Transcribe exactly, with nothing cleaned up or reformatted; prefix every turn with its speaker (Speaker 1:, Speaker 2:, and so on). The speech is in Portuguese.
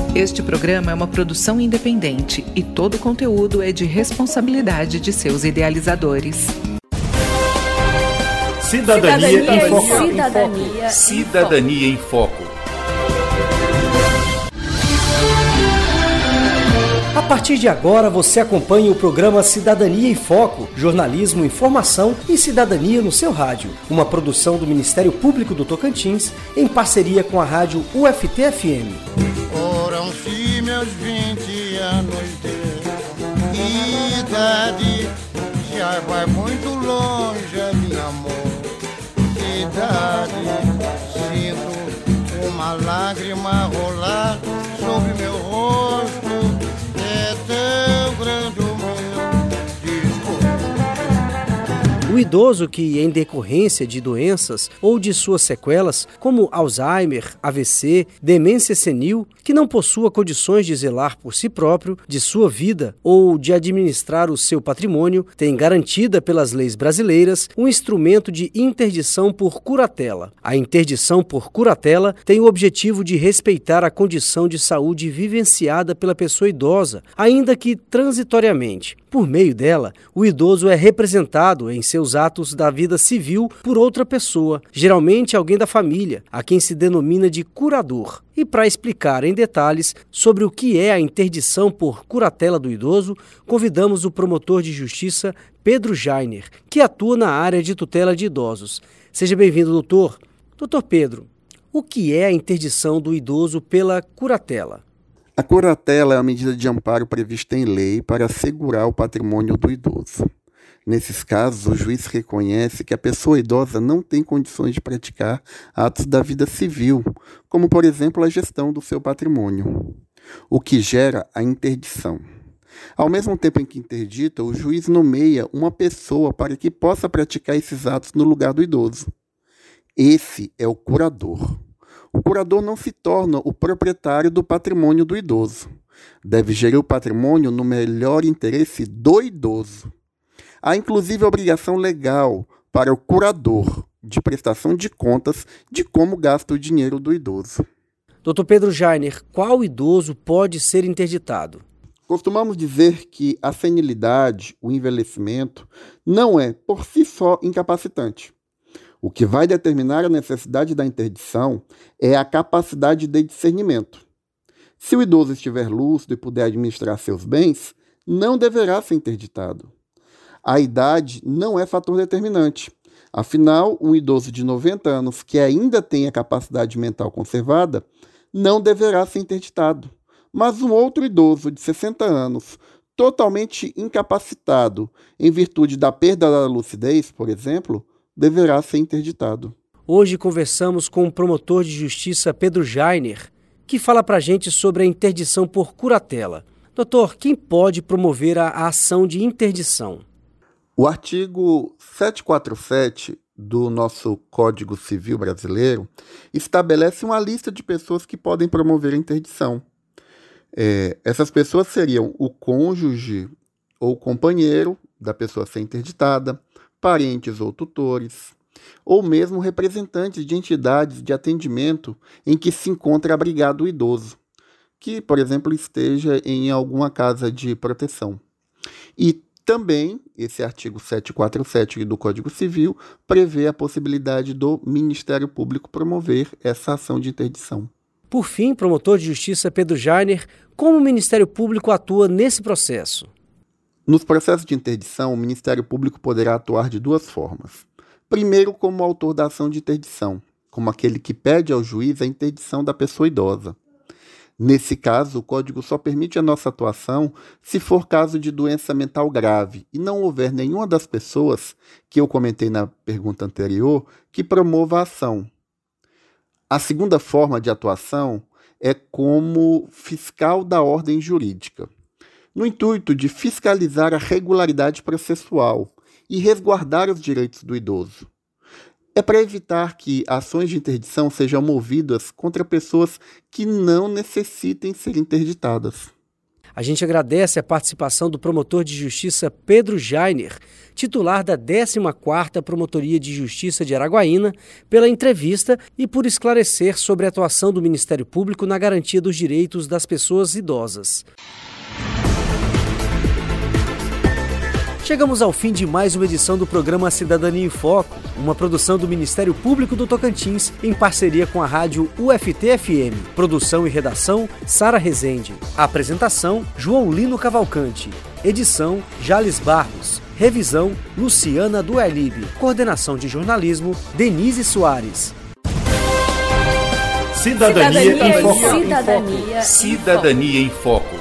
Speaker 1: Este programa é uma produção independente e todo o conteúdo é de responsabilidade de seus idealizadores.
Speaker 2: Cidadania, Cidadania em Foco.
Speaker 3: Cidadania,
Speaker 2: Cidadania em Foco.
Speaker 4: A partir de agora você acompanha o programa Cidadania em Foco, jornalismo, informação e cidadania no seu rádio. Uma produção do Ministério Público do Tocantins em parceria com a rádio U F T F M.
Speaker 5: Foram-se meus vinte anos de idade, já vai muito longe a minha mocidade. Sinto uma lágrima rolar sobre meu rosto, é tão grande o meu desgosto.
Speaker 4: O idoso que, em decorrência de doenças ou de suas sequelas, como Alzheimer, A V C, demência senil, que não possua condições de zelar por si próprio, de sua vida ou de administrar o seu patrimônio, tem garantida pelas leis brasileiras um instrumento de interdição por curatela. A interdição por curatela tem o objetivo de respeitar a condição de saúde vivenciada pela pessoa idosa, ainda que transitoriamente. Por meio dela, o idoso é representado em seus atos da vida civil por outra pessoa, geralmente alguém da família, a quem se denomina de curador. E para explicar em detalhes sobre o que é a interdição por curatela do idoso, convidamos o promotor de justiça Pedro Jainer, que atua na área de tutela de idosos. Seja bem-vindo, doutor. Doutor Pedro, o que é a interdição do idoso pela curatela?
Speaker 6: A curatela é a medida de amparo prevista em lei para assegurar o patrimônio do idoso. Nesses casos, o juiz reconhece que a pessoa idosa não tem condições de praticar atos da vida civil, como, por exemplo, a gestão do seu patrimônio, o que gera a interdição. Ao mesmo tempo em que interdita, o juiz nomeia uma pessoa para que possa praticar esses atos no lugar do idoso. Esse é o curador. O curador não se torna o proprietário do patrimônio do idoso. Deve gerir o patrimônio no melhor interesse do idoso. Há inclusive a obrigação legal para o curador de prestação de contas de como gasta o dinheiro do idoso.
Speaker 4: doutor Pedro Jainer, qual idoso pode ser interditado?
Speaker 6: Costumamos dizer que a senilidade, o envelhecimento, não é, por si só, incapacitante. O que vai determinar a necessidade da interdição é a capacidade de discernimento. Se o idoso estiver lúcido e puder administrar seus bens, não deverá ser interditado. A idade não é fator determinante. Afinal, um idoso de noventa anos que ainda tem a capacidade mental conservada não deverá ser interditado. Mas um outro idoso de sessenta anos, totalmente incapacitado em virtude da perda da lucidez, por exemplo, deverá ser interditado.
Speaker 4: Hoje conversamos com o promotor de justiça Pedro Jainer, que fala para a gente sobre a interdição por curatela. Doutor, quem pode promover a, a ação de interdição?
Speaker 6: O artigo setecentos e quarenta e sete do nosso Código Civil brasileiro estabelece uma lista de pessoas que podem promover a interdição. É, essas pessoas seriam o cônjuge ou companheiro da pessoa a ser interditada, parentes ou tutores, ou mesmo representantes de entidades de atendimento em que se encontra abrigado o idoso, que, por exemplo, esteja em alguma casa de proteção. E também, esse artigo setecentos e quarenta e sete do Código Civil prevê a possibilidade do Ministério Público promover essa ação de interdição.
Speaker 4: Por fim, promotor de justiça Pedro Jainer, como o Ministério Público atua nesse processo?
Speaker 6: Nos processos de interdição, o Ministério Público poderá atuar de duas formas. Primeiro, como autor da ação de interdição, como aquele que pede ao juiz a interdição da pessoa idosa. Nesse caso, o Código só permite a nossa atuação se for caso de doença mental grave e não houver nenhuma das pessoas, que eu comentei na pergunta anterior, que promova a ação. A segunda forma de atuação é como fiscal da ordem jurídica, no intuito de fiscalizar a regularidade processual e resguardar os direitos do idoso. É para evitar que ações de interdição sejam movidas contra pessoas que não necessitem ser interditadas.
Speaker 4: A gente agradece a participação do promotor de justiça Pedro Jainer, titular da décima quarta Promotoria de Justiça de Araguaína, pela entrevista e por esclarecer sobre a atuação do Ministério Público na garantia dos direitos das pessoas idosas. Chegamos ao fim de mais uma edição do programa Cidadania em Foco, uma produção do Ministério Público do Tocantins em parceria com a rádio U F T F M. Produção e redação, Sara Rezende. Apresentação, João Lino Cavalcante. Edição, Jales Barros. Revisão, Luciana Duelib. Coordenação de jornalismo, Denise Soares.
Speaker 2: Cidadania, Cidadania em Foco.
Speaker 1: Cidadania,
Speaker 2: Cidadania em Foco.